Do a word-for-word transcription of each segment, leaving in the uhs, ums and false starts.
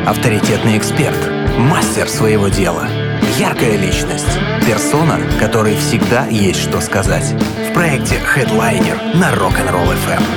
авторитетный эксперт, мастер своего дела, яркая личность, персона, которой всегда есть что сказать. В проекте Headliner на Rock'n'Roll эф эм.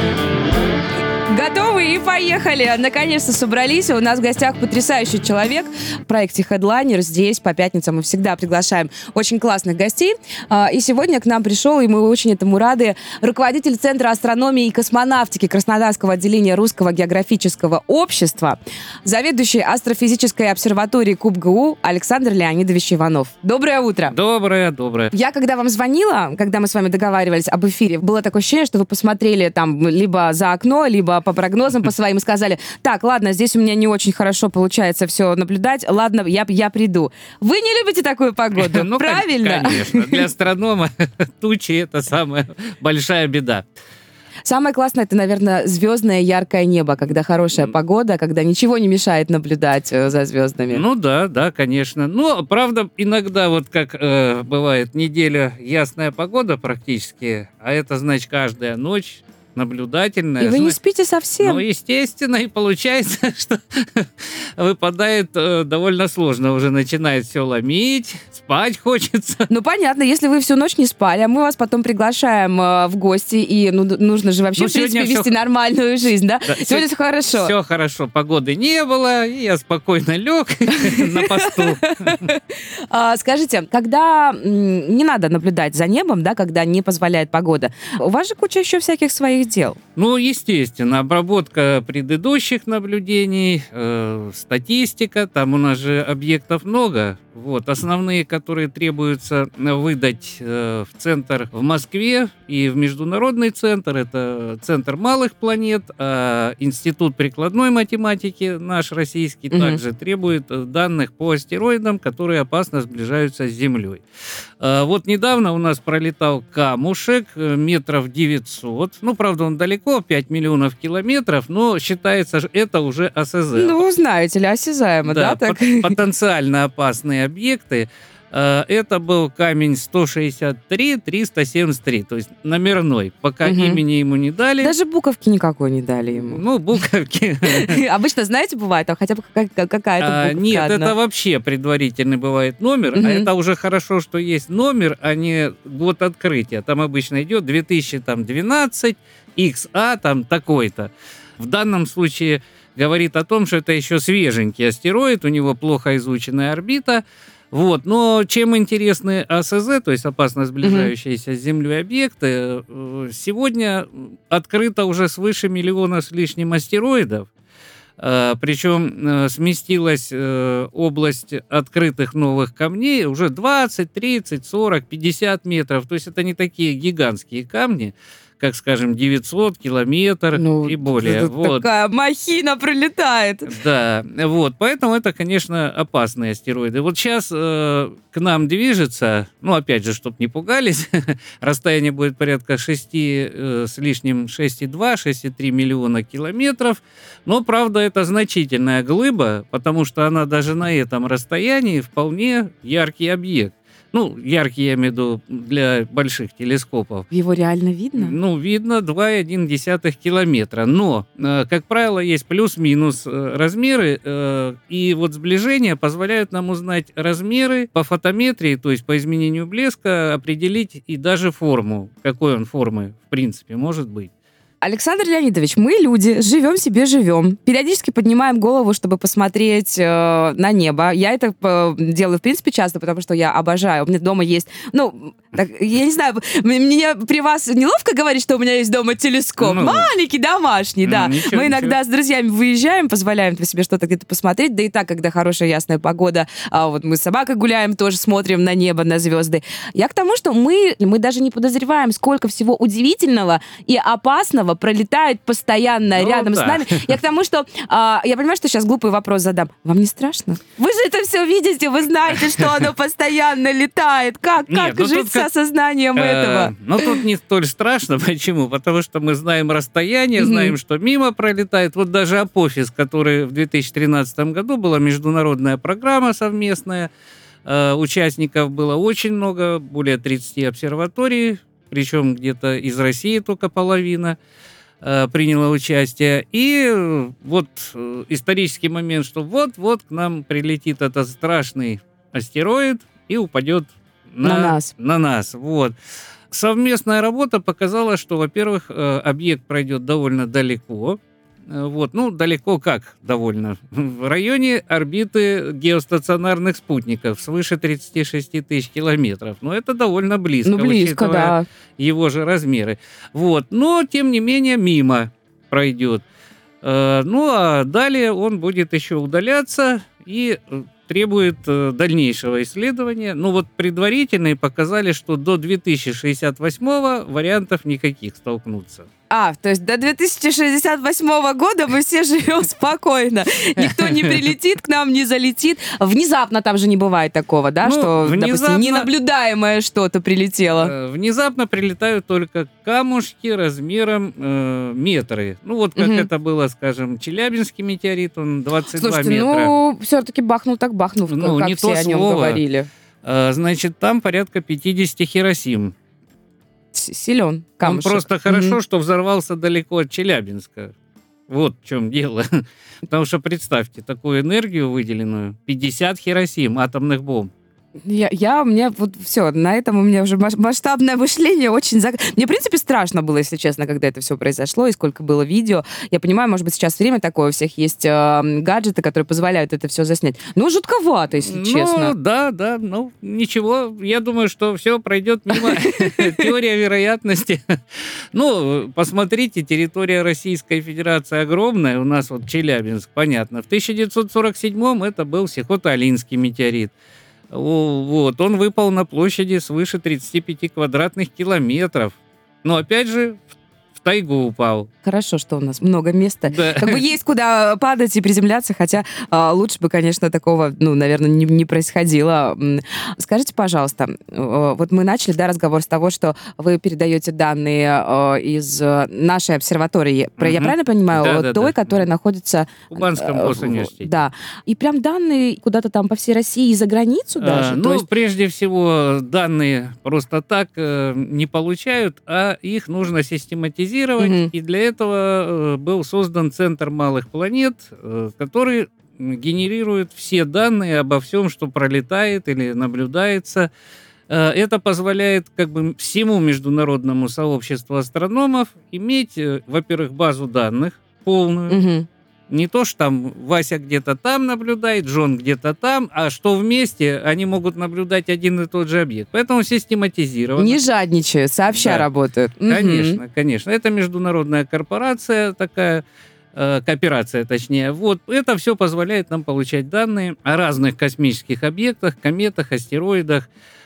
Готовы и поехали! Наконец-то собрались. У нас в гостях потрясающий человек в проекте Headliner. Здесь по пятницам мы всегда приглашаем очень классных гостей. И сегодня к нам пришел, и мы очень этому рады, руководитель Центра астрономии и космонавтики Краснодарского отделения Русского географического общества, заведующий астрофизической обсерваторией КубГУ Александр Леонидович Иванов. Доброе утро! Доброе, доброе. Я, когда вам звонила, когда мы с вами договаривались об эфире, было такое ощущение, что вы посмотрели там либо за окно, либо по прогнозам по своим сказали: так, ладно, здесь у меня не очень хорошо получается все наблюдать, ладно, я, я приду. Вы не любите такую погоду, ну, правильно? Конечно. Для астронома тучи — это самая большая беда. Самое классное — это, наверное, звездное яркое небо, когда хорошая погода, когда ничего не мешает наблюдать за звездами. Ну да, да, конечно. Но, правда, иногда вот как э, бывает неделя ясная погода практически, а это значит каждая ночь наблюдательная. И вы не спите совсем? Ну, естественно, и получается, что выпадает э, довольно сложно. Уже начинает все ломить, спать хочется. Ну, понятно, если вы всю ночь не спали, а мы вас потом приглашаем э, в гости, и ну, нужно же вообще, ну, в принципе, все... вести нормальную жизнь, да? да сегодня все хорошо. Все хорошо, погоды не было, и я спокойно лег на посту. Скажите, когда не надо наблюдать за небом, да, когда не позволяет погода, у вас же куча еще всяких своих дел. Ну, естественно, обработка предыдущих наблюдений, э, статистика, там у нас же объектов много. Вот, основные, которые требуется выдать э, в центр в Москве и в международный центр, это центр малых планет, а Институт прикладной математики наш российский угу. также требует данных по астероидам, которые опасно сближаются с Землей. А вот недавно у нас пролетал камушек метров девятьсот, ну, правда, он далеко, пять миллионов километров, но считается, что это уже АСЗ. Ну, знаете ли, осязаемо, да? Да, так? потенциально опасные объекты. Это был камень сто шестьдесят три триста семьдесят три, то есть номерной. Пока угу. имени ему не дали. Даже буковки никакой не дали ему. Ну, буковки. Обычно, знаете, бывает, а хотя бы какая-то буковка. Нет, это вообще предварительный бывает номер, а это уже хорошо, что есть номер, а не год открытия. Там обычно идет две тысячи двенадцать, икс а там такой-то. В данном случае говорит о том, что это еще свеженький астероид, у него плохо изученная орбита. Вот. Но чем интересны АСЗ, то есть опасно сближающиеся mm-hmm. с Землей объекты, сегодня открыто уже свыше миллиона с лишним астероидов. Причем сместилась область открытых новых камней уже двадцать, тридцать, сорок, пятьдесят метров. То есть это не такие гигантские камни, как, скажем, девятьсот километров ну, и более. Вот. Такая махина пролетает. Да, вот, поэтому это, конечно, опасные астероиды. Вот сейчас э, к нам движется, ну, опять же, чтобы не пугались, расстояние будет порядка шести э, с лишним, шесть целых два - шесть целых три миллиона километров, но, правда, это значительная глыба, потому что она даже на этом расстоянии вполне яркий объект. Ну, яркий, я имею в виду, для больших телескопов. Его реально видно? Ну, видно два целых одна десятая километра. Но, э, как правило, есть плюс-минус э, размеры, э, и вот сближение позволяют нам узнать размеры по фотометрии, то есть по изменению блеска, определить и даже форму, какой он формы, в принципе, может быть. Александр Леонидович, мы люди, живем себе, живем. Периодически поднимаем голову, чтобы посмотреть э, на небо. Я это э, делаю, в принципе, часто, потому что я обожаю. У меня дома есть... Ну, так, я не знаю, мне при вас неловко говорить, что у меня есть дома телескоп. Ну, маленький, домашний, да. Ну, ничего, мы иногда ничего. С друзьями выезжаем, позволяем себе что-то где-то посмотреть. Да и так, когда хорошая ясная погода, а вот мы с собакой гуляем, тоже смотрим на небо, на звезды. Я к тому, что мы, мы даже не подозреваем, сколько всего удивительного и опасного пролетает постоянно ну, рядом да. с нами. Я к тому, что а, я понимаю, что сейчас глупый вопрос задам. Вам не страшно? Вы же это все видите, вы знаете, что оно постоянно летает. Как, Нет, как ну жить с как, осознанием э, этого? Ну, тут не столь страшно. Почему? Потому что мы знаем расстояние, знаем, что мимо пролетает. Вот даже Апофис, который в две тысячи тринадцатом году была международная программа совместная, э, участников было очень много, более тридцати обсерваторий, причем где-то из России только половина. э, приняло участие. И вот э, исторический момент, что вот-вот к нам прилетит этот страшный астероид и упадет на, На нас. На нас. Вот. Совместная работа показала, что, во-первых, э, объект пройдет довольно далеко. Вот, ну, далеко как довольно. В районе орбиты геостационарных спутников свыше тридцать шесть тысяч километров. Но это довольно близко, Ну, близко, да. его же размеры. Вот, но, тем не менее, мимо пройдет. Ну, а далее он будет еще удаляться и требует дальнейшего исследования. Ну, вот предварительные показали, что до две тысячи шестьдесят восьмого вариантов никаких столкнуться. А, то есть до две тысячи шестьдесят восьмого года мы все живем спокойно. Никто не прилетит к нам, не залетит. Внезапно там же не бывает такого, да, ну, что, внезапно, допустим, ненаблюдаемое что-то прилетело. Внезапно прилетают только камушки размером э, метры. Ну, вот как угу. это было, скажем, Челябинский метеорит, он двадцать два Слушайте, метра. ну, все-таки бахнул так бахнул, ну, как не все то о нем слово. говорили. А, значит, там порядка пятьдесят Хиросим. Силен камушек. Он просто хорошо, угу. что взорвался далеко от Челябинска. Вот в чем дело. Потому что представьте, такую энергию выделенную, пятьдесят Хиросим атомных бомб. Я, я, у меня вот все, на этом у меня уже масштабное мышление очень... Зак... Мне, в принципе, страшно было, если честно, когда это все произошло, и сколько было видео. Я понимаю, может быть, сейчас время такое, у всех есть э, гаджеты, которые позволяют это все заснять. Ну, жутковато, если ну, честно. Ну, да, да, ну, ничего. Я думаю, что все пройдет мимо. Теория вероятности. Ну, посмотрите, территория Российской Федерации огромная. У нас вот Челябинск, понятно. В тысяча девятьсот сорок седьмом это был Сихоталинский метеорит. Вот, он выпал на площади свыше тридцати пяти квадратных километров. Но опять же, в тайгу упал. Хорошо, что у нас много места. Да. Как бы есть куда падать и приземляться, хотя а, лучше бы, конечно, такого, ну, наверное, не, не происходило. Скажите, пожалуйста, вот мы начали, да, разговор с того, что вы передаете данные а, из нашей обсерватории, угу. я правильно понимаю, да, да, той, да. которая находится... В Кубанском госуниверситете. Да. И прям данные куда-то там по всей России и за границу даже? А, ну, есть... прежде всего, данные просто так э, не получают, а их нужно систематизировать, угу. и для этого этого был создан Центр малых планет, который генерирует все данные обо всем, что пролетает или наблюдается. Это позволяет как бы всему международному сообществу астрономов иметь, во-первых, базу данных полную. Угу. Не то, что там Вася где-то там наблюдает, Джон где-то там, а что вместе они могут наблюдать один и тот же объект. Поэтому систематизировано. Не жадничают, сообща да. работают. Конечно, угу. конечно. Это международная корпорация такая, э, кооперация точнее. Вот это все позволяет нам получать данные о разных космических объектах, кометах, астероидах.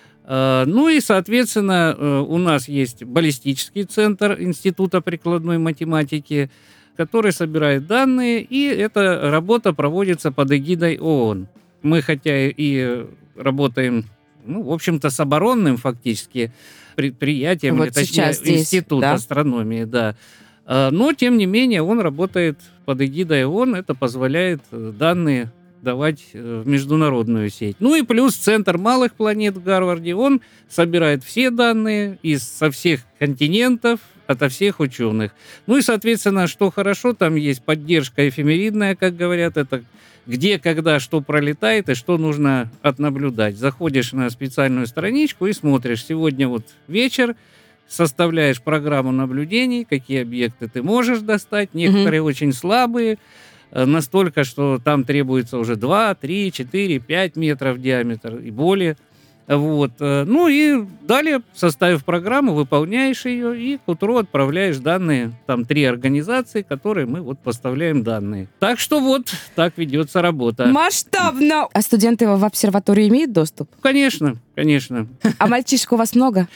Э, ну и, соответственно, э, у нас есть баллистический центр Института прикладной математики, который собирает данные, и эта работа проводится под эгидой ООН. Мы, хотя и работаем, ну, в общем-то, с оборонным фактически предприятием, вот или, точнее, здесь, Институт да? астрономии, да. Но, тем не менее, он работает под эгидой ООН, это позволяет данные давать в международную сеть. Ну и плюс Центр малых планет в Гарварде, он собирает все данные из, со всех континентов, ото всех ученых. Ну и, соответственно, что хорошо, там есть поддержка эфемеридная, как говорят, это где, когда, что пролетает и что нужно отнаблюдать. Заходишь на специальную страничку и смотришь. Сегодня вот вечер, составляешь программу наблюдений, какие объекты ты можешь достать, некоторые mm-hmm. очень слабые, настолько, что там требуется уже два, три, четыре, пять метров диаметр и более. Вот. Ну и далее, составив программу, выполняешь ее и к утру отправляешь данные. Там три организации, которые мы вот поставляем данные. Так что вот так ведется работа. Масштабно! А студенты в обсерваторию имеют доступ? Конечно, конечно. А мальчишек у вас много?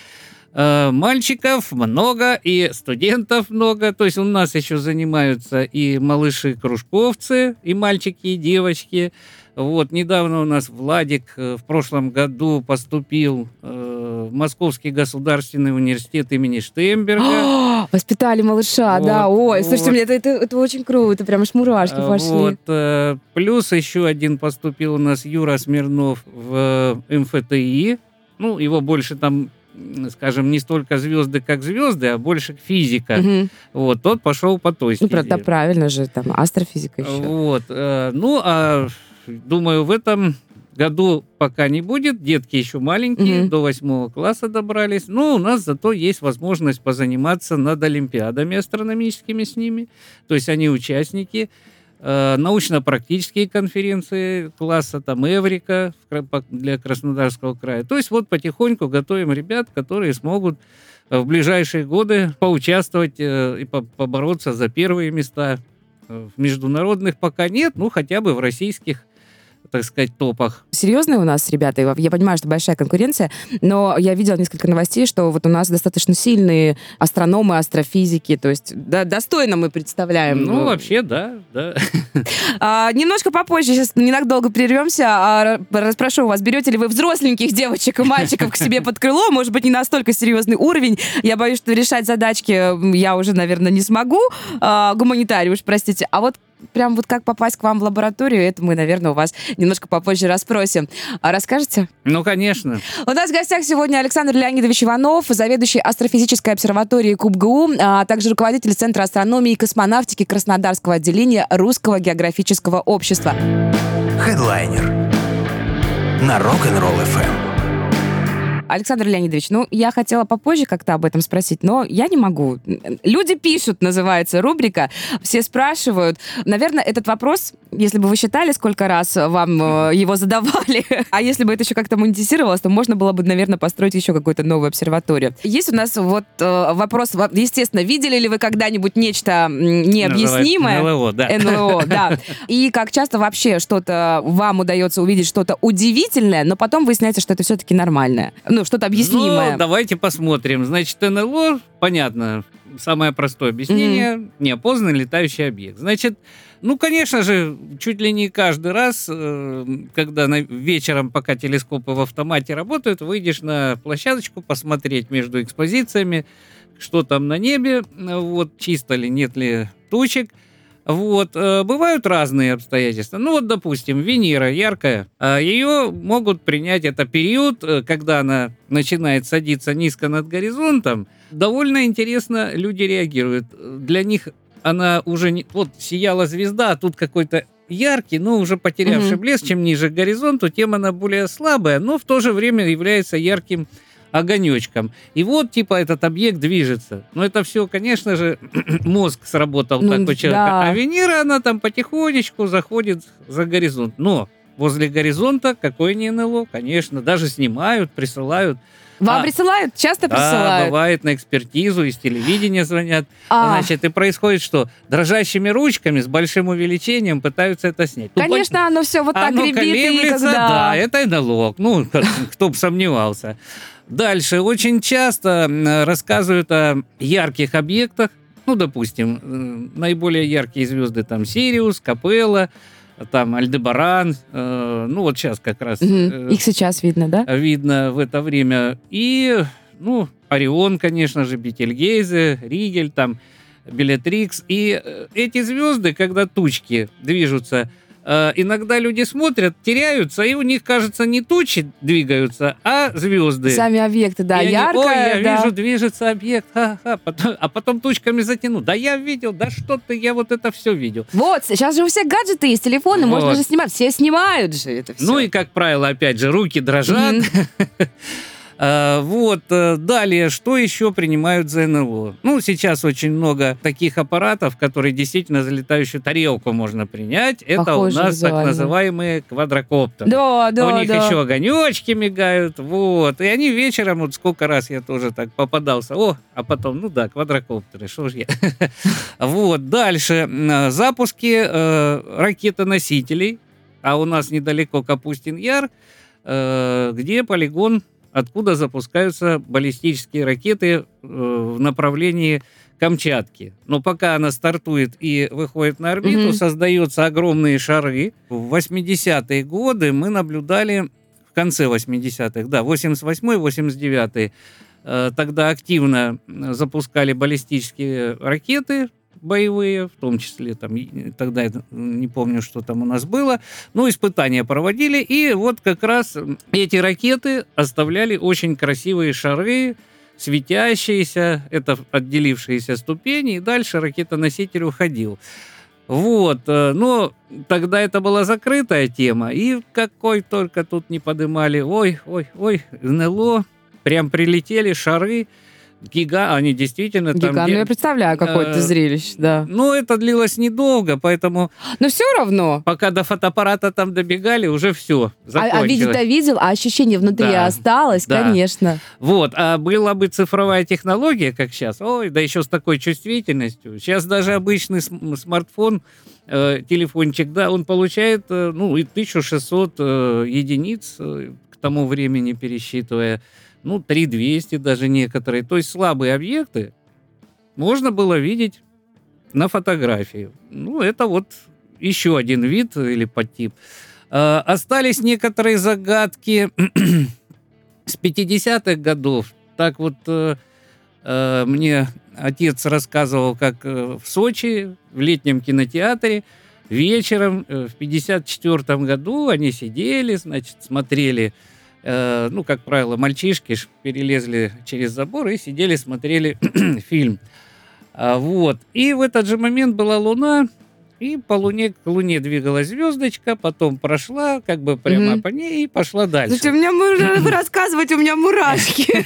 Мальчиков много и студентов много. То есть у нас еще занимаются и малыши-кружковцы, и мальчики, и девочки. Вот, недавно у нас Владик в прошлом году поступил э, в Московский государственный университет имени Штемберга. Воспитали малыша, вот, да. Ой, вот. Слушайте, мне это, это, это очень круто, прям аж мурашки пошли. Вот, э, плюс еще один поступил у нас Юра Смирнов в эм эф тэ и. Ну, его больше там скажем, не столько звезды, как звезды, а больше физика, Мгм. вот, тот пошел по той Ну, стезе. правда, правильно же, там, астрофизика еще. Вот. э, Ну, а думаю, в этом году пока не будет. Детки еще маленькие, Мгм. до восьмого класса добрались. Но у нас зато есть возможность позаниматься над олимпиадами астрономическими с ними. То есть они участники. Э, Научно-практические конференции класса, там, Эврика в Кра- по- для Краснодарского края. То есть вот потихоньку готовим ребят, которые смогут э, в ближайшие годы поучаствовать э, и по- побороться за первые места. Э, В международных пока нет, ну хотя бы в российских, так сказать, топах. Серьезные у нас ребята, и я понимаю, что большая конкуренция, но я видела несколько новостей, что вот у нас достаточно сильные астрономы, астрофизики, то есть да, достойно мы представляем. Ну, вообще, да, да. А, немножко попозже, сейчас не так долго прервемся, а, расспрошу вас, берете ли вы взросленьких девочек и мальчиков к себе под крыло, может быть, не настолько серьезный уровень, я боюсь, что решать задачки я уже, наверное, не смогу, а, гуманитарий уж, простите, а вот прям вот как попасть к вам в лабораторию, это мы, наверное, у вас немножко попозже расспросим. А расскажете? Ну, конечно. У нас в гостях сегодня Александр Леонидович Иванов, заведующий астрофизической обсерваторией КубГУ, а также руководитель Центра астрономии и космонавтики Краснодарского отделения Русского географического общества. Хедлайнер на Rock'n'Roll эф эм. Александр Леонидович, ну, я хотела попозже как-то об этом спросить, но я не могу. Люди пишут, называется рубрика, все спрашивают. Наверное, этот вопрос, если бы вы считали, сколько раз вам э, его задавали, а если бы это еще как-то монетизировалось, то можно было бы, наверное, построить еще какую-то новую обсерваторию. Есть у нас вот э, вопрос, естественно, видели ли вы когда-нибудь нечто м, необъяснимое? эн эл о, да. эн эл о, да. И как часто вообще что-то вам удается увидеть, что-то удивительное, но потом выясняется, что это все-таки нормальное. Ну, что-то объяснимое. Ну, давайте посмотрим. Значит, эн эл о, понятно, самое простое объяснение, mm-hmm. неопознанный летающий объект. Значит, ну, конечно же, чуть ли не каждый раз, э, когда на, вечером, пока телескопы в автомате работают, выйдешь на площадочку посмотреть между экспозициями, что там на небе, вот, чисто ли, нет ли тучек. Вот. Бывают разные обстоятельства. Ну вот, допустим, Венера яркая. Ее могут принять, это период, когда она начинает садиться низко над горизонтом. Довольно интересно люди реагируют. Для них она уже не... Вот сияла звезда, а тут какой-то яркий, но уже потерявший mm-hmm. блеск. Чем ниже к горизонту, тем она более слабая, но в то же время является ярким огонечком. И вот, типа, этот объект движется. Но это все, конечно же, мозг сработал ну, такой человек. Да. А Венера, она там потихонечку заходит за горизонт. Но возле горизонта какое не эн эл о, конечно, даже снимают, присылают. Вам а, присылают? Часто да, присылают? бывает, на экспертизу, из телевидения звонят. А. Значит, и происходит что? Дрожащими ручками, с большим увеличением пытаются это снять. Конечно, ну, оно все вот так оно ребит. колеблется, И когда... да, это эн эл о. Ну, кто бы сомневался. Дальше. Очень часто рассказывают о ярких объектах. Ну, допустим, наиболее яркие звезды там Сириус, Капелла, там Альдебаран. Э, ну, вот сейчас как раз... Угу. Э, Их сейчас видно, да? Видно в это время. И, ну, Орион, конечно же, Бетельгейзе, Ригель, там, Беллетрикс. И эти звезды, когда тучки движутся, иногда люди смотрят, теряются, и у них, кажется, не тучи двигаются, а звезды. Сами объекты, да, и яркое. Они, ой, я да. вижу, движется объект, ха-ха. Потом, а потом тучками затяну. Да я видел, да что ты, я вот это все видел. Вот, сейчас же у всех гаджеты есть, телефоны, вот. можно же снимать. Все снимают же это все. Ну и, как правило, опять же, руки дрожат. Mm-hmm. Вот, далее, что еще принимают за эн эл о? Ну, сейчас очень много таких аппаратов, которые действительно за летающую тарелку можно принять. Это Похоже, у нас визуально. Так называемые квадрокоптеры. Да, да, У них да. еще огонечки мигают, вот. И они вечером, вот сколько раз я тоже так попадался, о, а потом, ну да, квадрокоптеры, что ж я. Вот, дальше, запуски ракетоносителей, а у нас недалеко Капустин-Яр, где полигон, откуда запускаются баллистические ракеты в направлении Камчатки. Но пока она стартует и выходит на орбиту, mm-hmm. создаются огромные шары. В восьмидесятые годы мы наблюдали, в конце восьмидесятых, да, восемьдесят восьмой восемьдесят девятый, тогда активно запускали баллистические ракеты боевые, в том числе, там, тогда я не помню, что там у нас было, но испытания проводили, и вот как раз эти ракеты оставляли очень красивые шары, светящиеся, это отделившиеся ступени, и дальше ракетоноситель уходил. Вот, но тогда это была закрытая тема, и какой только тут не подымали, ой, ой, ой, эн эл о, прям прилетели шары, гига, они действительно там... Гигант, ну я представляю, какое-то э, зрелище, да. Ну, это длилось недолго, поэтому... Но все равно. Пока до фотоаппарата там добегали, уже все, А, закончилось. а видеть-то видел, а ощущение внутри Да, осталось, да. конечно. Вот, а была бы цифровая технология, как сейчас, ой, да еще с такой чувствительностью. Сейчас даже обычный см- смартфон, э, телефончик, да, он получает, э, ну, и тысячу шестьсот э, единиц э, к тому времени пересчитывая, ну, три тысячи двести даже некоторые. То есть слабые объекты можно было видеть на фотографии. Ну, это вот еще один вид или подтип. Э, остались некоторые загадки с пятидесятых годов. Так вот э, э, мне отец рассказывал, как э, в Сочи, в летнем кинотеатре, вечером э, в пятьдесят четвёртом году они сидели, значит, смотрели, э, ну, как правило, мальчишки ж перелезли через забор и сидели, смотрели фильм. А, вот. И в этот же момент была луна, и по луне, к луне двигалась звездочка, потом прошла, как бы прямо Мгм. по ней, и пошла дальше. Слушайте, у меня можно вы рассказывать, у меня мурашки.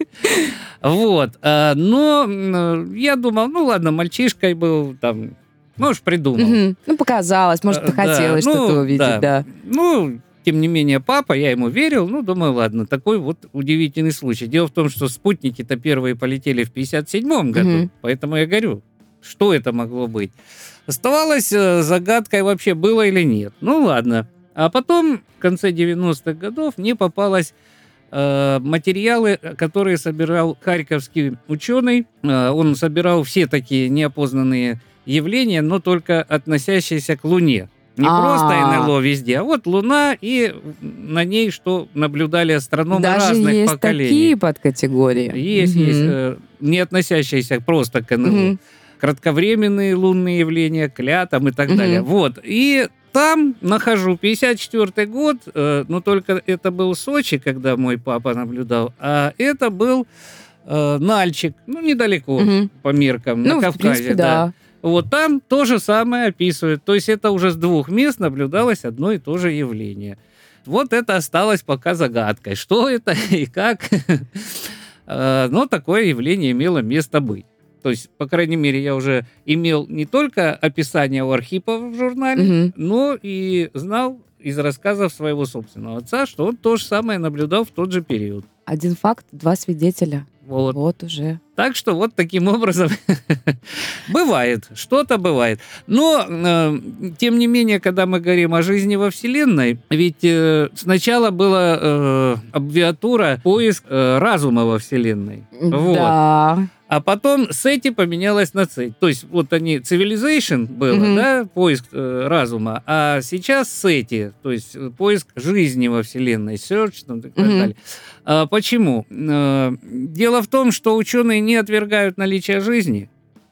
Вот. а, Но м, я думал, ну ладно, мальчишкой был, там, ну уж придумал. Мгм. Ну, показалось, может, Э, да, захотелось ну, что-то увидеть, да. да. Ну, тем не менее, папа, я ему верил, ну, думаю, ладно, такой вот удивительный случай. Дело в том, что спутники-то первые полетели в пятьдесят седьмом году, Мгм. поэтому я говорю, что это могло быть. Оставалось э, загадкой вообще, было или нет. Ну, ладно. А потом, в конце девяностых годов, мне попалось э, материалы, которые собирал харьковский ученый. Э, он собирал все такие неопознанные явления, но только относящиеся к Луне. Не А. просто эн эл о везде, а вот Луна и на ней, что наблюдали астрономы Даже разных есть поколений. такие подкатегории. Есть, Мгм. есть, э, не относящиеся просто к эн эл о. Мгм. Кратковременные лунные явления, к лятам и так Мгм. далее. Вот. И там нахожу пятьдесят четвёртый год, э, но только это был Сочи, когда мой папа наблюдал, а это был э, Нальчик, ну, недалеко Мгм. по меркам, Ну, на в Кавказе. принципе, да. Вот там то же самое описывают. То есть это уже с двух мест наблюдалось одно и то же явление. Вот это осталось пока загадкой. Что это и как? Э, Но такое явление имело место быть. То есть, по крайней мере, я уже имел не только описание у Архипова в журнале, Мгм. но и знал из рассказов своего собственного отца, что он то же самое наблюдал в тот же период. Один факт, два свидетеля. Вот. Вот уже. Так что вот таким образом бывает, что-то бывает. Но, э, тем не менее, когда мы говорим о жизни во Вселенной, ведь э, сначала была э, аббревиатура «Поиск э, разума во Вселенной». Вот. Да. А потом сети поменялась на сеть. То есть вот они, civilization было, Мгм. да, поиск э, разума, а сейчас сети, то есть э, поиск жизни во Вселенной, search там, и так Мгм. далее. А почему? Э, Дело в том, что ученые не отвергают наличие жизни,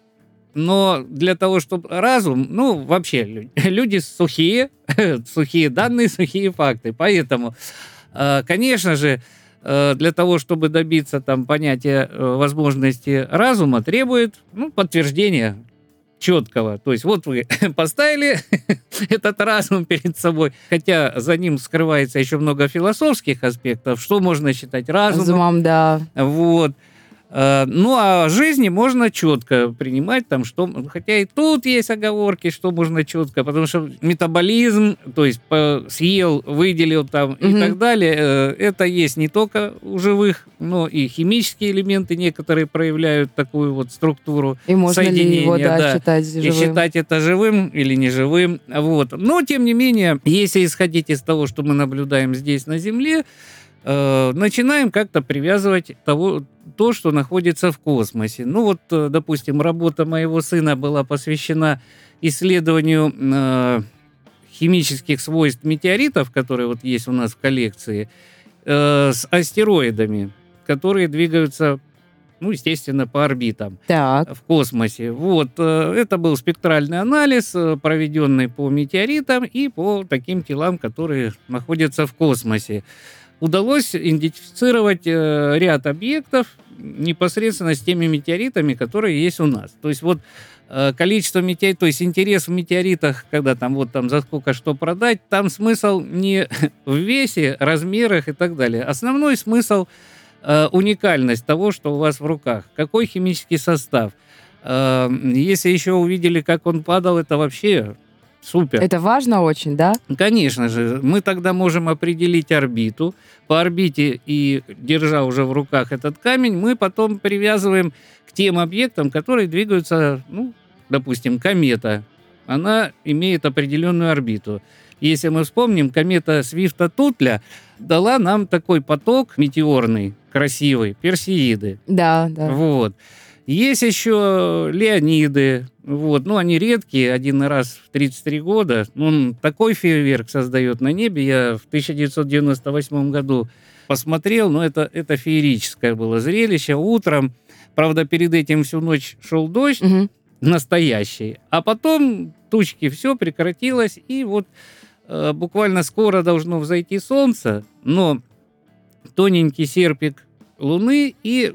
но для того, чтобы разум, ну, вообще, лю- люди сухие, сухие данные, сухие факты. Поэтому, э, конечно же, э, для того, чтобы добиться там понятия э, возможности разума, требует, ну, подтверждения четкого. То есть вот вы поставили этот разум перед собой, хотя за ним скрывается еще много философских аспектов, что можно считать разумом. Разумом, да. Вот. Э, Ну, а жизни можно четко принимать, там, что, хотя и тут есть оговорки, что можно четко, потому что метаболизм, то есть по- съел, выделил там и Мгм. так далее, э, это есть не только у живых, но и химические элементы некоторые проявляют такую вот структуру И можно ли его, соединения, да, да. считать И живым? считать это живым или неживым. Вот. Но, тем не менее, если исходить из того, что мы наблюдаем здесь на Земле, э, начинаем как-то привязывать того, то, что находится в космосе. Ну вот, э, допустим, работа моего сына была посвящена исследованию э, химических свойств метеоритов, которые вот есть у нас в коллекции, э, с астероидами, которые двигаются ну, естественно, по орбитам Так. в космосе. Вот. Это был спектральный анализ, проведенный по метеоритам и по таким телам, которые находятся в космосе. Удалось идентифицировать ряд объектов непосредственно с теми метеоритами, которые есть у нас. То есть вот количество метеоритов, то есть интерес в метеоритах, когда там вот там за сколько что продать, там смысл не в весе, размерах и так далее. Основной смысл э, уникальность того, что у вас в руках. Какой химический состав. Э, если еще увидели, как он падал, это вообще супер. Это важно очень, да? Конечно же. Мы тогда можем определить орбиту. По орбите и держа уже в руках этот камень, мы потом привязываем к тем объектам, которые двигаются, ну, допустим, комета. Она имеет определенную орбиту. Если мы вспомним, комета Свифта-Тутля дала нам такой поток метеорный, красивый, Персеиды. Да, да. Вот. Есть еще Леониды. Вот. Ну, они редкие, один раз в тридцать три года. Он такой фейерверк создает на небе. Я в тысяча девятьсот девяносто восьмом году посмотрел, но это, это феерическое было зрелище. Утром, правда, перед этим всю ночь шел дождь, Угу. настоящий. А потом тучки, все прекратилось, и вот э, буквально скоро должно взойти солнце, но тоненький серпик луны, и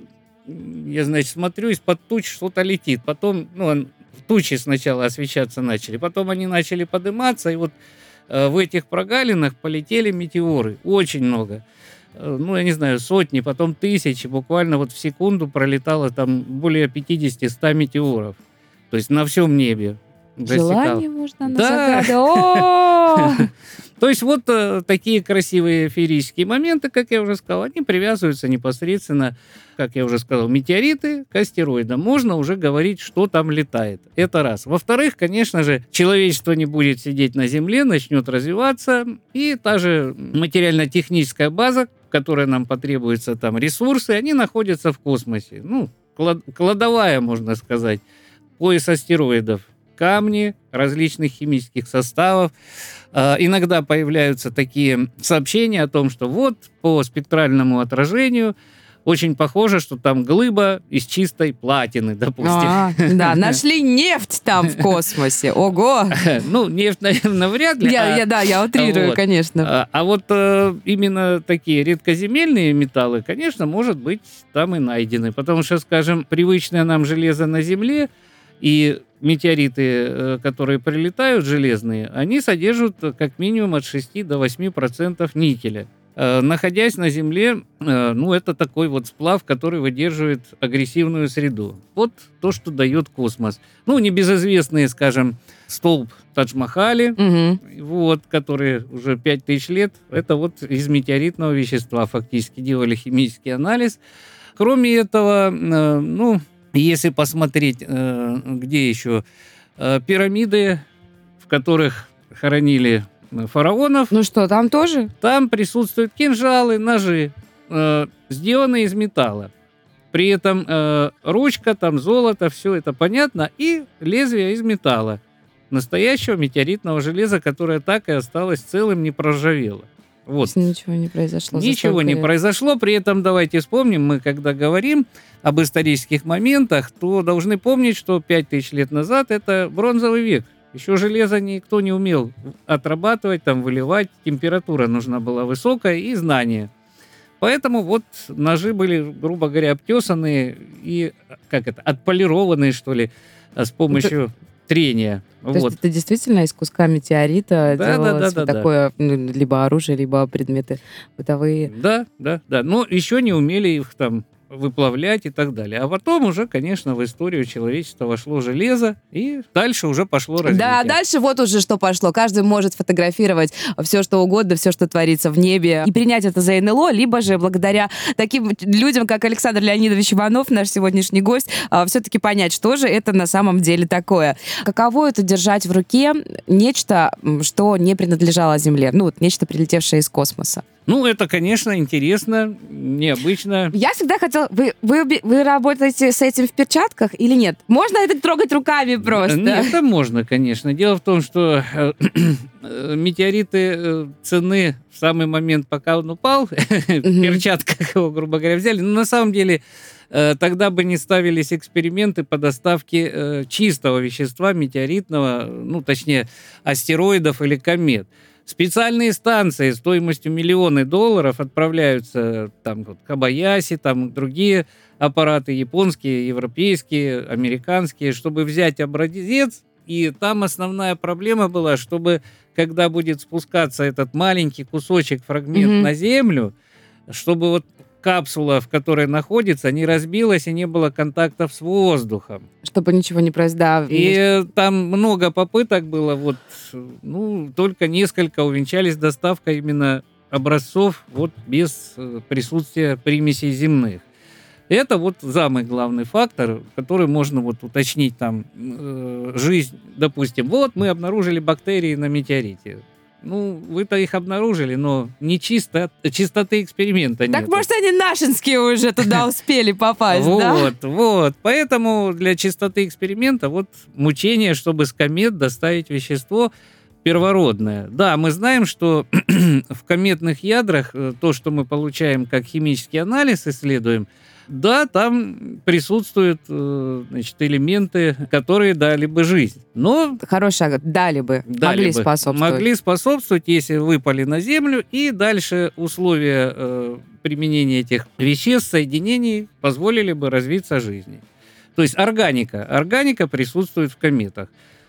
я, значит, смотрю, из-под туч что-то летит. Потом, ну, он, тучи сначала освещаться начали, потом они начали подниматься, и вот э, в этих прогалинах полетели метеоры. Очень много. Э, ну, я не знаю, сотни, потом тысячи. Буквально вот в секунду пролетало там более пятьдесят-сто метеоров. То есть на всем небе. Желание можно на Да. загады. О! То есть вот э, такие красивые феерические моменты, как я уже сказал, они привязываются непосредственно, как я уже сказал, метеориты к астероидам. Можно уже говорить, что там летает. Это раз. Во-вторых, конечно же, человечество не будет сидеть на Земле, начнет развиваться, и та же материально-техническая база, которая нам потребуется, там ресурсы, они находятся в космосе. Ну, клад- кладовая, можно сказать, пояс астероидов. Камни различных химических составов. Э, иногда появляются такие сообщения о том, что вот по спектральному отражению очень похоже, что там глыба из чистой платины, допустим. А, да, нашли нефть там в космосе. Ого! Ну, нефть, наверное, вряд ли. Я, а- я, да, я утрирую, вот. конечно. А, а вот э, именно такие редкоземельные металлы, конечно, может быть, там и найдены. Потому что, скажем, привычное нам железо на Земле и метеориты, э, которые прилетают, железные, они содержат как минимум от шести до восьми процентов никеля. Э, находясь на Земле, э, ну, это такой вот сплав, который выдерживает агрессивную среду. Вот то, что дает космос. Ну, небезызвестный, скажем, столб Тадж-Махали, Мгм. вот, который уже пять тысяч лет, это вот из метеоритного вещества фактически делали химический анализ. Кроме этого, э, ну, если посмотреть, э, где еще э, пирамиды, в которых хоронили фараонов, Ну что, там тоже? там присутствуют кинжалы, ножи, э, сделанные из металла. При этом э, ручка, там золото, все это понятно, и лезвие из металла. Настоящего метеоритного железа, которое так и осталось целым, не проржавело. Вот. То есть ничего не произошло. за Ничего столько не лет. произошло. При этом давайте вспомним, мы когда говорим об исторических моментах, то должны помнить, что пять тысяч лет назад это бронзовый век. Еще железо никто не умел отрабатывать, там, выливать. Температура нужна была высокая и знания. Поэтому вот ножи были, грубо говоря, обтесанные и, как это, отполированные, что ли, с помощью трения. То Вот. есть это действительно из куска метеорита Да, да, делалось да, вот да, да. такое, ну, либо оружие, либо предметы бытовые. Да, да, да. Но еще не умели их там выплавлять и так далее. А потом уже, конечно, в историю человечества вошло железо, и дальше уже пошло развитие. Да, дальше вот уже что пошло. Каждый может фотографировать все, что угодно, все, что творится в небе, и принять это за эн эл о, либо же благодаря таким людям, как Александр Леонидович Иванов, наш сегодняшний гость, все-таки понять, что же это на самом деле такое. Каково это держать в руке нечто, что не принадлежало Земле, ну вот нечто, прилетевшее из космоса? Ну, это, конечно, интересно, необычно. Я всегда хотела Ну, вы, вы, вы работаете с этим в перчатках или нет? Можно это трогать руками просто? Нет, это можно, конечно. Дело в том, что метеориты ценны в самый момент, пока он упал, в перчатках его, грубо говоря, взяли. Но на самом деле тогда бы не ставились эксперименты по доставке чистого вещества, метеоритного, ну, точнее, астероидов или комет. Специальные станции стоимостью миллионы долларов отправляются там вот, Кобаяси, там другие аппараты, японские, европейские, американские, чтобы взять образец. И там основная проблема была, чтобы, когда будет спускаться этот маленький кусочек, фрагмент mm-hmm. на Землю, чтобы вот капсула, в которой находится, не разбилась и не было контактов с воздухом. Чтобы ничего не произошло. Да, и там много попыток было, вот, ну, только несколько увенчались доставкой именно образцов вот без присутствия примесей земных. Это вот самый главный фактор, который можно вот уточнить там э, жизнь, допустим. Вот мы обнаружили бактерии на метеорите. Ну, вы-то их обнаружили, но не чисто, чистоты эксперимента нет. Так, может, они нашинские уже туда успели попасть, да? Вот, вот. Поэтому для чистоты эксперимента вот мучение, чтобы с комет доставить вещество первородное. Да, мы знаем, что в кометных ядрах то, что мы получаем как химический анализ, исследуем, да, там присутствуют, значит, элементы, которые дали бы жизнь. Но хорошая, дали бы, дали могли бы, способствовать. Могли способствовать, если выпали на Землю, и дальше условия э, применения этих веществ, соединений позволили бы развиться жизни. То есть органика. Органика присутствует в кометах.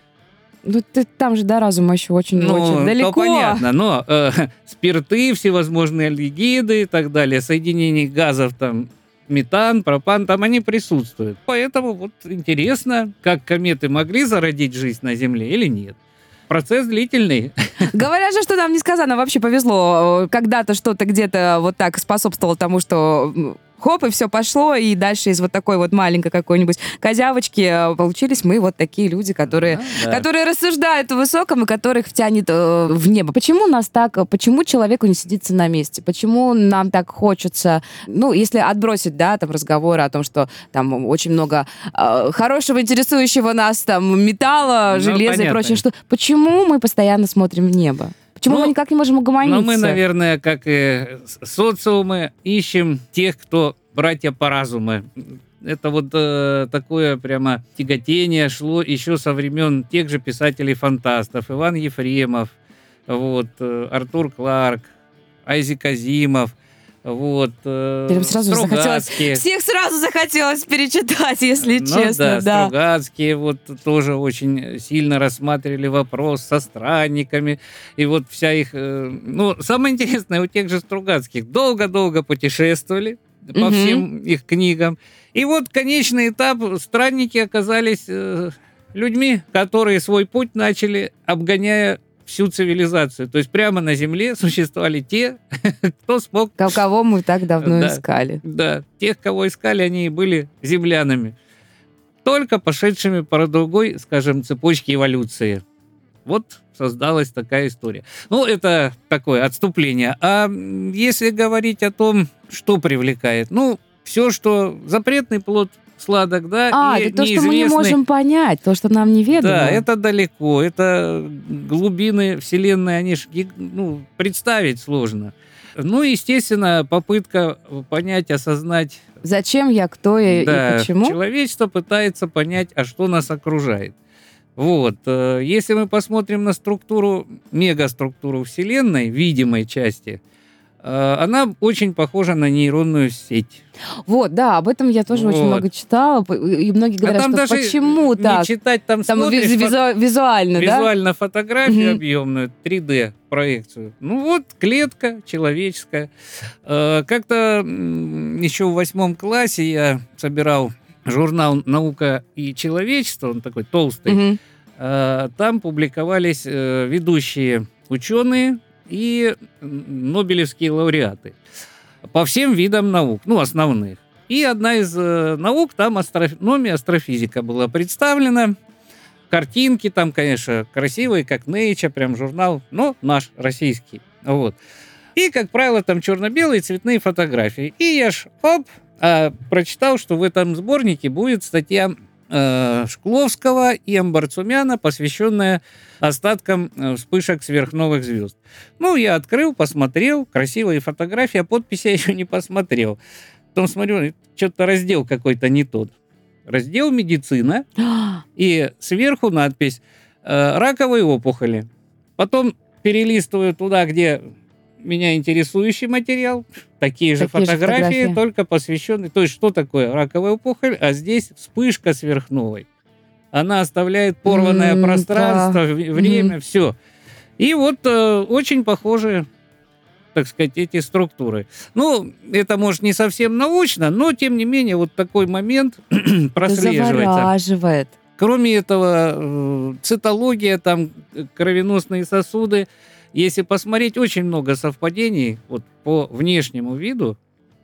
Ну, ты, там же до разума еще очень-очень ну, далеко. Ну, понятно, но э, спирты, всевозможные альдегиды и так далее, соединение газов там, метан, пропан, там они присутствуют. Поэтому вот интересно, как кометы могли зародить жизнь на Земле или нет. Процесс длительный. Говорят же, что нам несказанно вообще повезло. Когда-то что-то где-то вот так способствовало тому, что хоп, и все пошло, и дальше из вот такой вот маленькой какой-нибудь козявочки получились мы вот такие люди, которые, да, да. которые рассуждают о высоком и которых втянет э, в небо. Почему нас так, почему человеку не сидится на месте? Почему нам так хочется, ну, если отбросить, да, там разговоры о том, что там очень много э, хорошего, интересующего нас там металла, ну, железа понятно. И прочее, что почему мы постоянно смотрим в небо? Почему ну, мы никак не можем угомониться? Ну, мы, наверное, как и социумы, ищем тех, кто братья по разуму. Это вот э, такое прямо тяготение шло еще со времен тех же писателей-фантастов. Иван Ефремов, вот, э, Артур Кларк, Айзек Азимов. Вот, э, сразу захотелось, всех сразу захотелось перечитать, если ну, честно. Да, да. Стругацкие вот тоже очень сильно рассматривали вопрос со странниками. И вот вся их... Э, ну, самое интересное, у тех же Стругацких долго-долго путешествовали по угу. всем их книгам. И вот конечный этап, странники оказались э, людьми, которые свой путь начали, обгоняя всю цивилизацию. То есть прямо на Земле существовали те, кто смог... Кого мы так давно да, искали. Да, тех, кого искали, они и были землянами. Только пошедшими по другой, скажем, цепочке эволюции. Вот создалась такая история. Ну, это такое отступление. А если говорить о том, что привлекает, ну, все, что запретный плод сладок, да, а, и это то, неизвестный... что мы не можем понять, то, что нам неведомо. Да, это далеко, это глубины Вселенной, они ж, ну, представить сложно. Ну, естественно, попытка понять, осознать... Зачем я, кто я да, и почему? Человечество пытается понять, а что нас окружает. Вот. Если мы посмотрим на структуру, мегаструктуру Вселенной, видимой части, она очень похожа на нейронную сеть. Вот, да, об этом я тоже вот. очень много читала, и многие говорят, а там что даже почему так? Не читать, там, там смотришь... Визу- визу- визуально, да? Визуально да? фотографию угу. объемную, три дэ-проекцию. Ну вот, клетка человеческая. Как-то еще в восьмом классе я собирал журнал «Наука и человечество», он такой толстый. Угу. Там публиковались ведущие ученые, и нобелевские лауреаты по всем видам наук, ну, основных. И одна из э, наук, там астрономия, астрофизика была представлена. Картинки там, конечно, красивые, как Nature, прям журнал, но наш, российский. Вот. И, как правило, там черно-белые цветные фотографии. И я ж, оп, А прочитал, что в этом сборнике будет статья э, Шкловского и Амбарцумяна, посвященная остаткам э, вспышек сверхновых звезд. Ну, я открыл, посмотрел, красивые фотографии, а подпись я еще не посмотрел. Потом смотрю, что-то раздел какой-то не тот. Раздел «Медицина», и сверху надпись э, «Раковые опухоли». Потом перелистываю туда, где меня интересующий материал, такие же Такие же фотографии, фотографии. только посвященные... То есть, что такое раковая опухоль, а здесь вспышка сверхновой. Она оставляет порванное М, пространство, да. в- время, все. И вот э, очень похожи, так сказать, эти структуры. Ну, это, может, не совсем научно, но, тем не менее, вот такой момент Это прослеживается. завораживает. Кроме этого, э, цитология, там, э, кровеносные сосуды. Если посмотреть, очень много совпадений вот, по внешнему виду,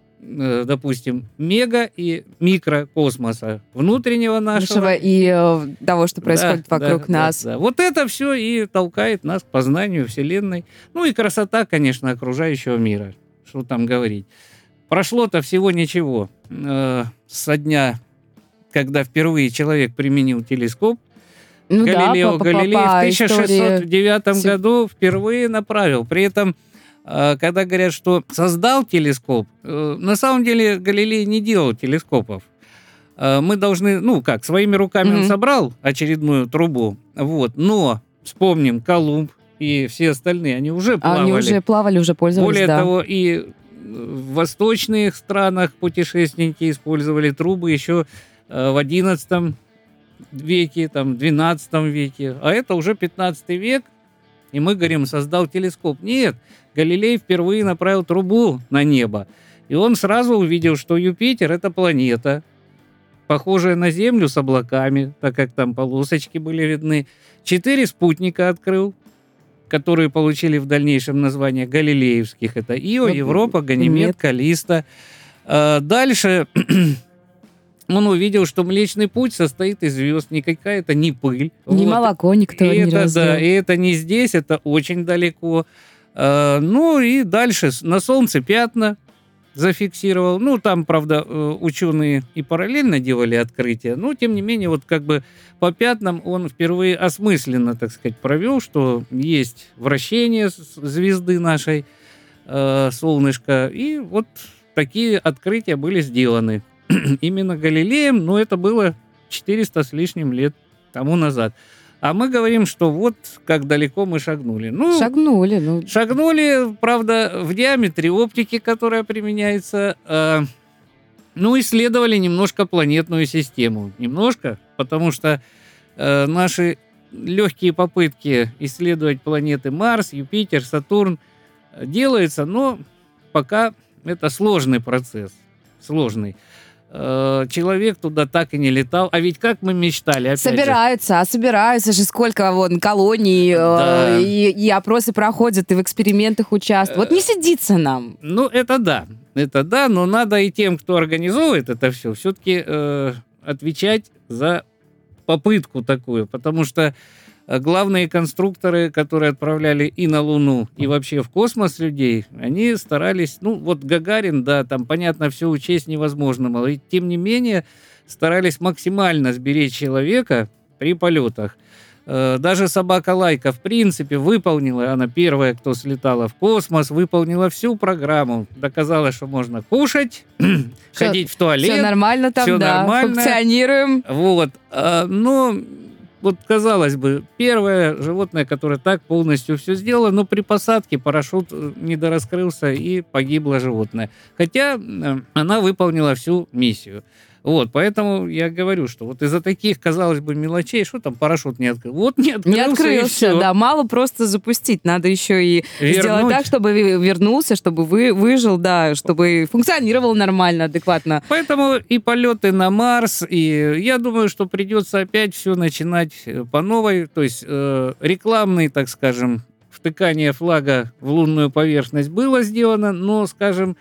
э, допустим, мега и микрокосмоса, внутреннего нашего. Нашего и э, того, что происходит Да, вокруг да, нас. да, да. Вот это все и толкает нас к познанию Вселенной. Ну и красота, конечно, окружающего мира. Что там говорить. Прошло-то всего ничего. Э, со дня, когда впервые человек применил телескоп, Ну Галилео да, по, по- Галилей по в тысяча шестьсот девятом истории году впервые направил. При этом, э, когда говорят, что создал телескоп, э, на самом деле Галилей не делал телескопов. Э, Мы должны, ну как, своими руками он Мгм. собрал очередную трубу, вот, но вспомним Колумб и все остальные, они уже плавали. Они уже плавали, уже пользовались, Более да. того, и в восточных странах путешественники использовали трубы еще э, в одиннадцатом веке, там, двенадцатом веке, а это уже пятнадцатый век, и мы говорим, создал телескоп. Нет, Галилей впервые направил трубу на небо, и он сразу увидел, что Юпитер — это планета, похожая на Землю с облаками, так как там полосочки были видны. Четыре спутника открыл, которые получили в дальнейшем название галилеевских. Это Ио, Вот, Европа, Ганимед, Ганимед. Каллиста. А дальше он увидел, что Млечный Путь состоит из звезд, не какая-то не пыль. Ни Вот. молоко никто И не это, развел. да, и это не здесь, это очень далеко. А, ну и дальше с- на Солнце пятна зафиксировал. Ну, там, правда, э, ученые и параллельно делали открытия, но, тем не менее, вот как бы по пятнам он впервые осмысленно, так сказать, провел, что есть вращение с- звезды нашей, э, солнышка, и вот такие открытия были сделаны именно Галилеем, но это было четыреста с лишним лет тому назад. А мы говорим, что вот как далеко мы шагнули. Ну, Шагнули, ну, шагнули, правда, в диаметре оптики, которая применяется. э, ну, исследовали немножко планетную систему. Немножко, потому что э, наши легкие попытки исследовать планеты Марс, Юпитер, Сатурн э, делаются, но пока это сложный процесс. Сложный. Э, человек туда так и не летал. А ведь как мы мечтали, опять же. собираются, а собираются же сколько вон колоний, э, Да. и, и опросы проходят, и в экспериментах участвуют. Вот не сидится нам. Ну, это да, это да, но надо и тем, кто организовывает это все, все-таки э, отвечать за попытку такую, потому что э, главные конструкторы, которые отправляли и на Луну, и вообще в космос людей, они старались, ну, вот Гагарин, да, там, понятно, все учесть невозможно, но и тем не менее старались максимально сберечь человека при полетах. Э, Даже собака Лайка, в принципе, выполнила, она первая, кто слетала в космос, выполнила всю программу. Доказала, что можно кушать, Всё- ходить в туалет. Все нормально там, всё да, нормально. функционируем. Вот. А, Но, вот казалось бы, первое животное, которое так полностью все сделало, но при посадке парашют э, недораскрылся и погибло животное. Хотя э, она выполнила всю миссию. Вот, поэтому я говорю, что вот из-за таких, казалось бы, мелочей, что там парашют не открыл? Вот не открылся, Не и открылся, всё. да, мало просто запустить, надо еще и сделать Вернуть. так, чтобы ви- вернулся, чтобы вы, выжил, да, чтобы функционировал нормально, адекватно. Поэтому и полеты на Марс, и я думаю, что придется опять все начинать э, по новой, то есть э, рекламный, так скажем, втыкание флага в лунную поверхность было сделано, но, скажем,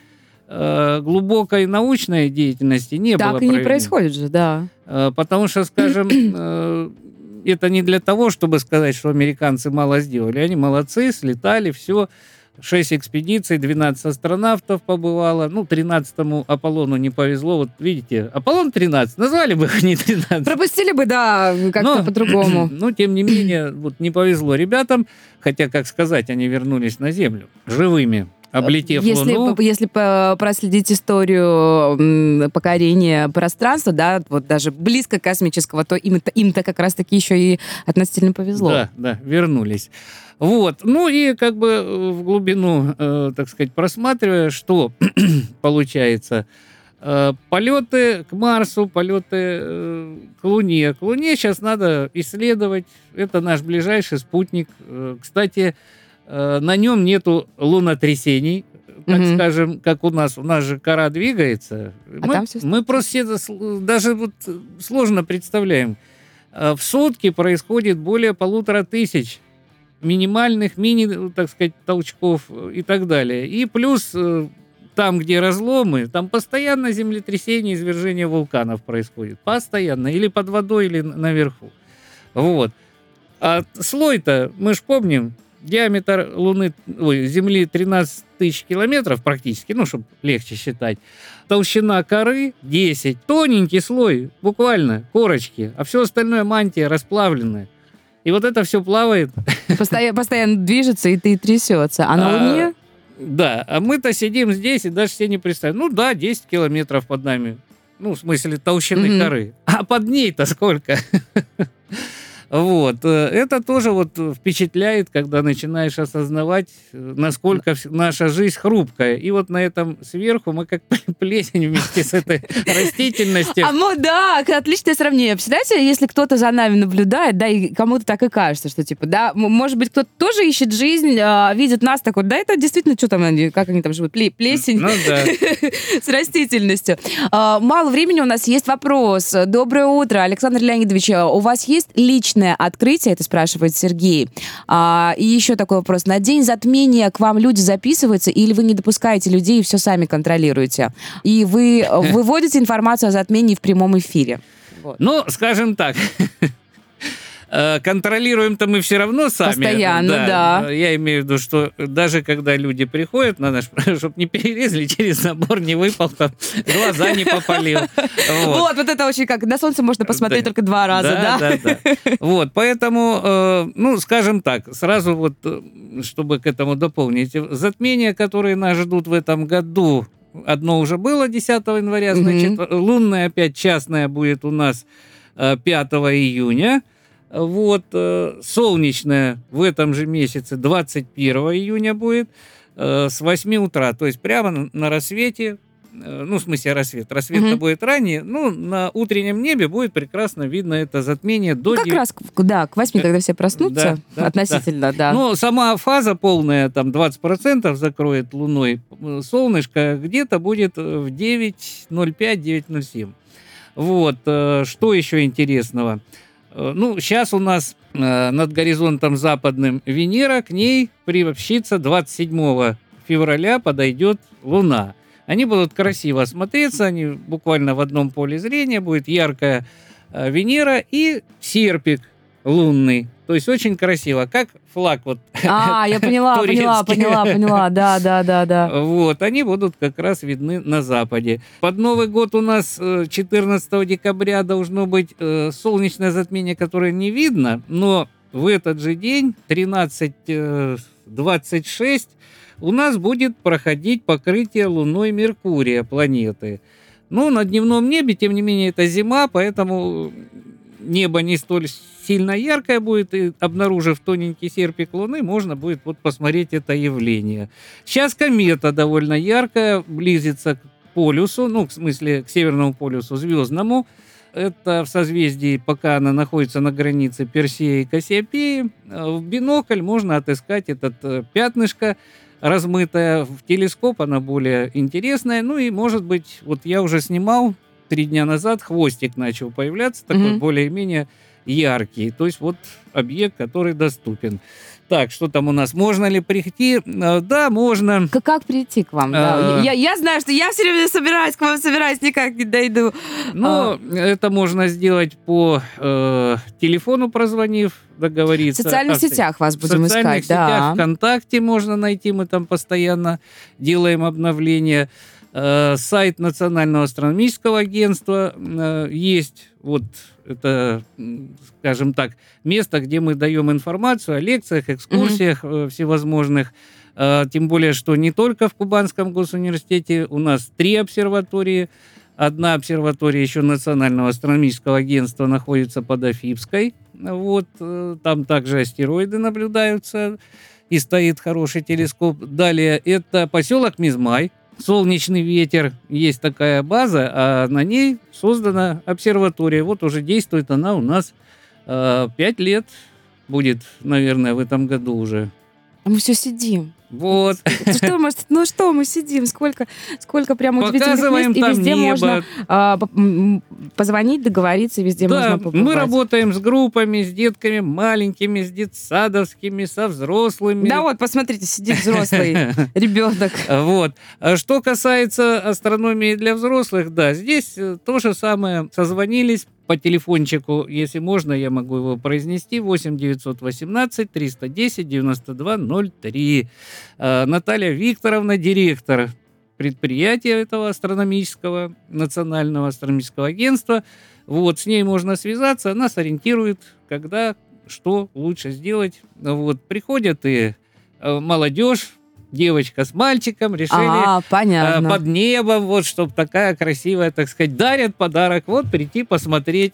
э, глубокой научной деятельности не было Так и не проведено. происходит же, да. Э, Потому что, скажем, э, это не для того, чтобы сказать, что американцы мало сделали. Они молодцы, слетали, все. шесть экспедиций, двенадцать астронавтов побывало. Ну, тринадцатому Аполлону не повезло. Вот видите, Аполлон тринадцать. Назвали бы их не тринадцать. Пропустили бы, да, как-то Но, по-другому. Но, тем не менее, вот не повезло ребятам. Хотя, как сказать, они вернулись на Землю живыми, облетев если, Луну. Если проследить историю покорения пространства, да, вот даже близко космического, то им-то, им-то как раз-таки еще и относительно повезло. Да, да, вернулись. Вот. Ну и как бы в глубину, э, так сказать, просматривая, что получается. Э, полеты к Марсу, полеты э, к Луне. К Луне сейчас надо исследовать. Это наш ближайший спутник. Э, кстати, э, на нем нету лунотрясений, так mm-hmm. скажем, как у нас. У нас же кора двигается. А мы, там все мы просто все, даже вот сложно представляем. Э, в сутки происходит более полутора тысяч минимальных, мини, так сказать, толчков и так далее. И плюс там, где разломы, там постоянно землетрясения, извержения вулканов происходит. Постоянно. Или под водой, или наверху. Вот. А слой-то, мы же помним, диаметр Луны, ой, Земли тринадцать тысяч километров практически, ну, чтобы легче считать. Толщина коры десять. Тоненький слой, буквально, корочки. А все остальное мантия расплавленная. И вот это все плавает. Постоянно, постоянно движется и ты трясется. А на Луне? А, да, а мы-то сидим здесь и даже себе не представим. Ну да, десять километров под нами. Ну, в смысле, толщины mm-hmm. коры. А под ней-то сколько? Вот. Это тоже вот впечатляет, когда начинаешь осознавать, насколько наша жизнь хрупкая. И вот на этом сверху мы как плесень вместе с этой растительностью. А ну да, отличное сравнение. Представляете, если кто-то за нами наблюдает, да, и кому-то так и кажется, что типа, да, может быть, кто-то тоже ищет жизнь, видит нас такой, да, это действительно, что там, как они там живут, плесень ну, да. с растительностью. Мало времени у нас, есть вопрос. Доброе утро, Александр Леонидович, у вас есть личный открытие, это спрашивает Сергей. А, и еще такой вопрос. На день затмения к вам люди записываются, или вы не допускаете людей и все сами контролируете? И вы выводите информацию о затмении в прямом эфире? Вот. Ну, скажем так. Контролируем-то мы все равно сами. Постоянно, да. да. Я имею в виду, что даже когда люди приходят на наш, чтобы не перелезли через забор, не выпал, там, глаза не попалил. Вот. вот, вот это очень как на солнце можно посмотреть да. только два раза, да? Да, да, да. Вот, поэтому, э, ну, скажем так, сразу вот, чтобы к этому дополнить, затмения, которые нас ждут в этом году, одно уже было десятого января, значит, mm-hmm. лунная опять частная будет у нас пятого июня. Вот, э, солнечная в этом же месяце двадцать первого июня будет э, с восьми утра, то есть прямо на, на рассвете, э, ну, в смысле рассвет, рассвет-то mm-hmm. будет ранее, ну, на утреннем небе будет прекрасно видно это затмение до... Ну, как дев... раз, да, к восьми, когда все проснутся, да, да, относительно, да. да. Ну, сама фаза полная, там, двадцать процентов закроет луной, солнышко где-то будет в девять ноль пять - девять ноль семь. Вот, э, что еще интересного? Ну, сейчас у нас э, над горизонтом западным Венера, к ней приобщится двадцать седьмого февраля, подойдет Луна. Они будут красиво смотреться, они буквально в одном поле зрения, будет яркая э, Венера и серпик лунный. То есть очень красиво, как флаг вот. А, я поняла, поняла, поняла, поняла, да, да, да, да. Вот, они будут как раз видны на западе. Под Новый год у нас четырнадцатого декабря должно быть э, солнечное затмение, которое не видно, но в этот же день, тринадцать двадцать шесть, у нас будет проходить покрытие Луной Меркурия, планеты. Ну, на дневном небе, тем не менее, это зима, поэтому небо не столь сильно яркое будет, и, обнаружив тоненький серпик Луны, можно будет вот посмотреть это явление. Сейчас комета довольно яркая, близится к полюсу, ну, в смысле, к Северному полюсу, звездному. Это в созвездии, пока она находится на границе Персея и Кассиопеи. В бинокль можно отыскать это пятнышко размытое. В телескоп она более интересная. Ну и, может быть, вот я уже снимал три дня назад, хвостик начал появляться, такой mm-hmm. более-менее яркий. То есть вот объект, который доступен. Так, что там у нас? Можно ли прийти? Да, можно. Как, как прийти к вам? Да? Я, я знаю, что я все время собираюсь к вам, собираюсь, никак не дойду. Но а... это можно сделать по э, телефону, прозвонив, договориться. В социальных а, сетях вас будем искать. В социальных искать, сетях, да. ВКонтакте можно найти, мы там постоянно делаем обновления. Э, сайт Национального астрономического агентства э, есть, вот это, скажем так, место, где мы даем информацию о лекциях, экскурсиях mm-hmm. всевозможных. Тем более, что не только в Кубанском госуниверситете у нас три обсерватории. Одна обсерватория еще Национального астрономического агентства находится под Афипской. Вот, там также астероиды наблюдаются и стоит хороший телескоп. Далее это поселок Мизмай. Солнечный ветер, есть такая база, а на ней создана обсерватория. Вот уже действует она у нас э, пять лет, будет, наверное, в этом году уже. А мы все сидим. Вот. Что, может, ну что, мы сидим, сколько, сколько прям удивительных мест, и везде небо. Можно а, позвонить, договориться, везде да, можно побывать. Мы работаем с группами, с детками маленькими, с детсадовскими, со взрослыми. Да вот, посмотрите, сидит взрослый ребенок. Вот. Что касается астрономии для взрослых, да, здесь то же самое. Созвонились по телефончику, если можно, я могу его произнести, восемь девятьсот восемнадцать триста десять девяносто два ноль три. Наталья Викторовна, директор предприятия этого астрономического, Национального астрономического агентства. Вот, с ней можно связаться, она сориентирует, когда, что лучше сделать. Вот, приходят и молодежь, девочка с мальчиком решили а, понятно. под небом, вот, чтобы такая красивая, так сказать, дарят подарок, вот, прийти посмотреть.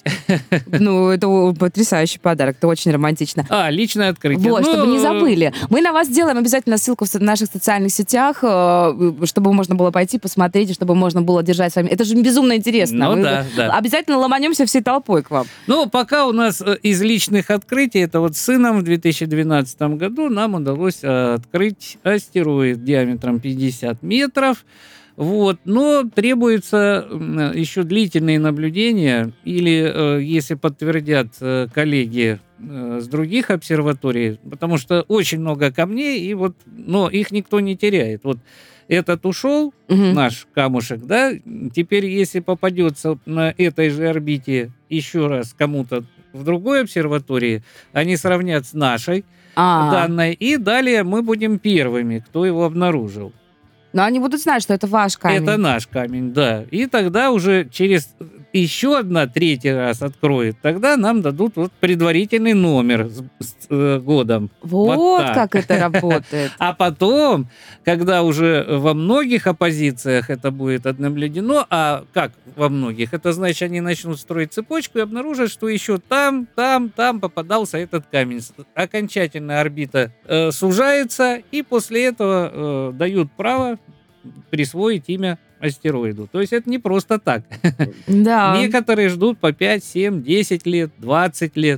Ну, это потрясающий подарок, это очень романтично. А, личное открытие. Вот, ну, чтобы не забыли. Мы на вас сделаем обязательно ссылку в наших социальных сетях, чтобы можно было пойти посмотреть, чтобы можно было держать с вами. Это же безумно интересно. Ну, Мы да, да. Обязательно ломанемся всей толпой к вам. Ну, пока у нас из личных открытий, это вот с сыном в две тысячи двенадцатом году нам удалось открыть астероид диаметром пятьдесят метров, вот, но требуется еще длительные наблюдения, или, если подтвердят коллеги с других обсерваторий, потому что очень много камней, и вот, но их никто не теряет. Вот этот ушел, угу. наш камушек, да, теперь, если попадется на этой же орбите еще раз кому-то в другой обсерватории, они сравнят с нашей А-а-а. данной, и далее мы будем первыми, кто его обнаружил. Но они будут знать, что это ваш камень. Это наш камень, да. И тогда уже через еще одна третий раз откроет, тогда нам дадут вот предварительный номер с, с э, годом. Вот, вот как это работает. А потом, когда уже во многих оппозициях это будет наблюдено, а как во многих? Это значит, они начнут строить цепочку и обнаружат, что еще там, там, там попадался этот камень. Окончательно орбита э, сужается, и после этого э, дают право присвоить имя астероиду. То есть это не просто так. Да. Некоторые ждут по пять, семь, десять лет, двадцать лет.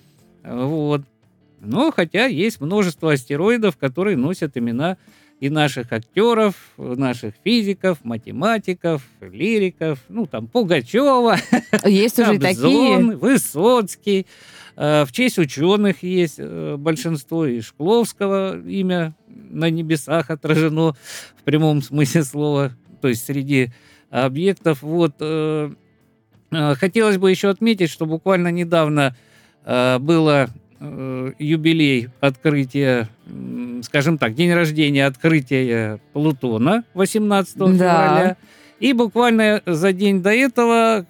Вот. Но хотя есть множество астероидов, которые носят имена и наших актеров, наших физиков, математиков, лириков, ну там Пугачева, есть уже такие. Высоцкий. В честь ученых есть большинство, и Шкловского имя на небесах отражено в прямом смысле слова, то есть среди объектов. Вот. Хотелось бы еще отметить, что буквально недавно было юбилей открытия, скажем так, день рождения открытия Плутона восемнадцатого февраля. И буквально за день до этого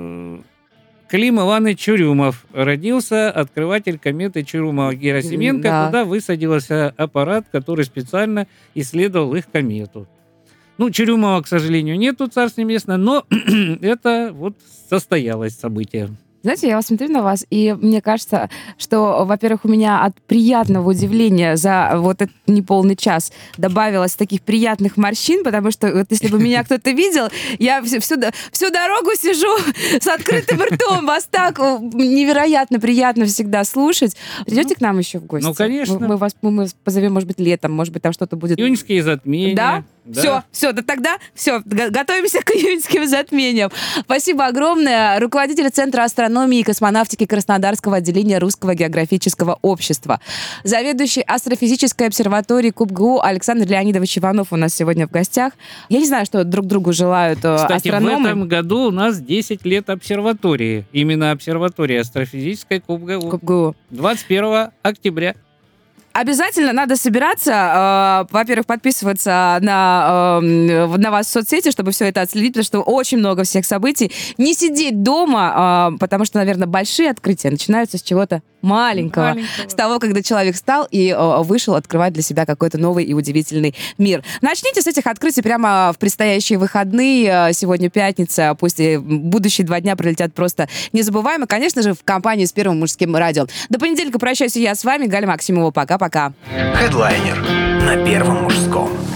Клим Иванович Чурюмов родился, открыватель кометы Чурюмова-Герасименко, да. Куда высадился аппарат, который специально исследовал их комету. Ну, Чурюмова, к сожалению, нету, царство небесное, но это вот состоялось событие. Знаете, я вас смотрю на вас, и мне кажется, что, во-первых, у меня от приятного удивления за вот этот неполный час добавилось таких приятных морщин, потому что вот если бы меня кто-то видел, я всю, всю, всю дорогу сижу с открытым ртом. Вас так невероятно приятно всегда слушать. Придете к нам еще в гости? Ну, конечно. Мы, мы вас мы позовем, может быть, летом, может быть, там что-то будет. Июньские затмения. Да? Да. Все, все, да тогда все, готовимся к июньским затмениям. Спасибо огромное. Руководитель Центра астрономии и космонавтики Краснодарского отделения Русского географического общества. Заведующий астрофизической обсерваторией КубГУ Александр Леонидович Иванов у нас сегодня в гостях. Я не знаю, что друг другу желают Кстати, астрономы. в этом году у нас десять лет обсерватории. Именно обсерватории астрофизической КубГУ. КубГУ. двадцать первого октября. Обязательно надо собираться, э, во-первых, подписываться на, э, на вас в соцсети, чтобы все это отследить, потому что очень много всех событий. Не сидеть дома, э, потому что, наверное, большие открытия начинаются с чего-то маленького. маленького. С того, когда человек встал и э, вышел открывать для себя какой-то новый и удивительный мир. Начните с этих открытий прямо в предстоящие выходные. Сегодня пятница, пусть и будущие два дня пролетят просто незабываемо. Конечно же, в компании с Первым мужским радио. До понедельника прощаюсь я с вами, Галя Максимова. Пока-пока. Хедлайнер на Первом мужском.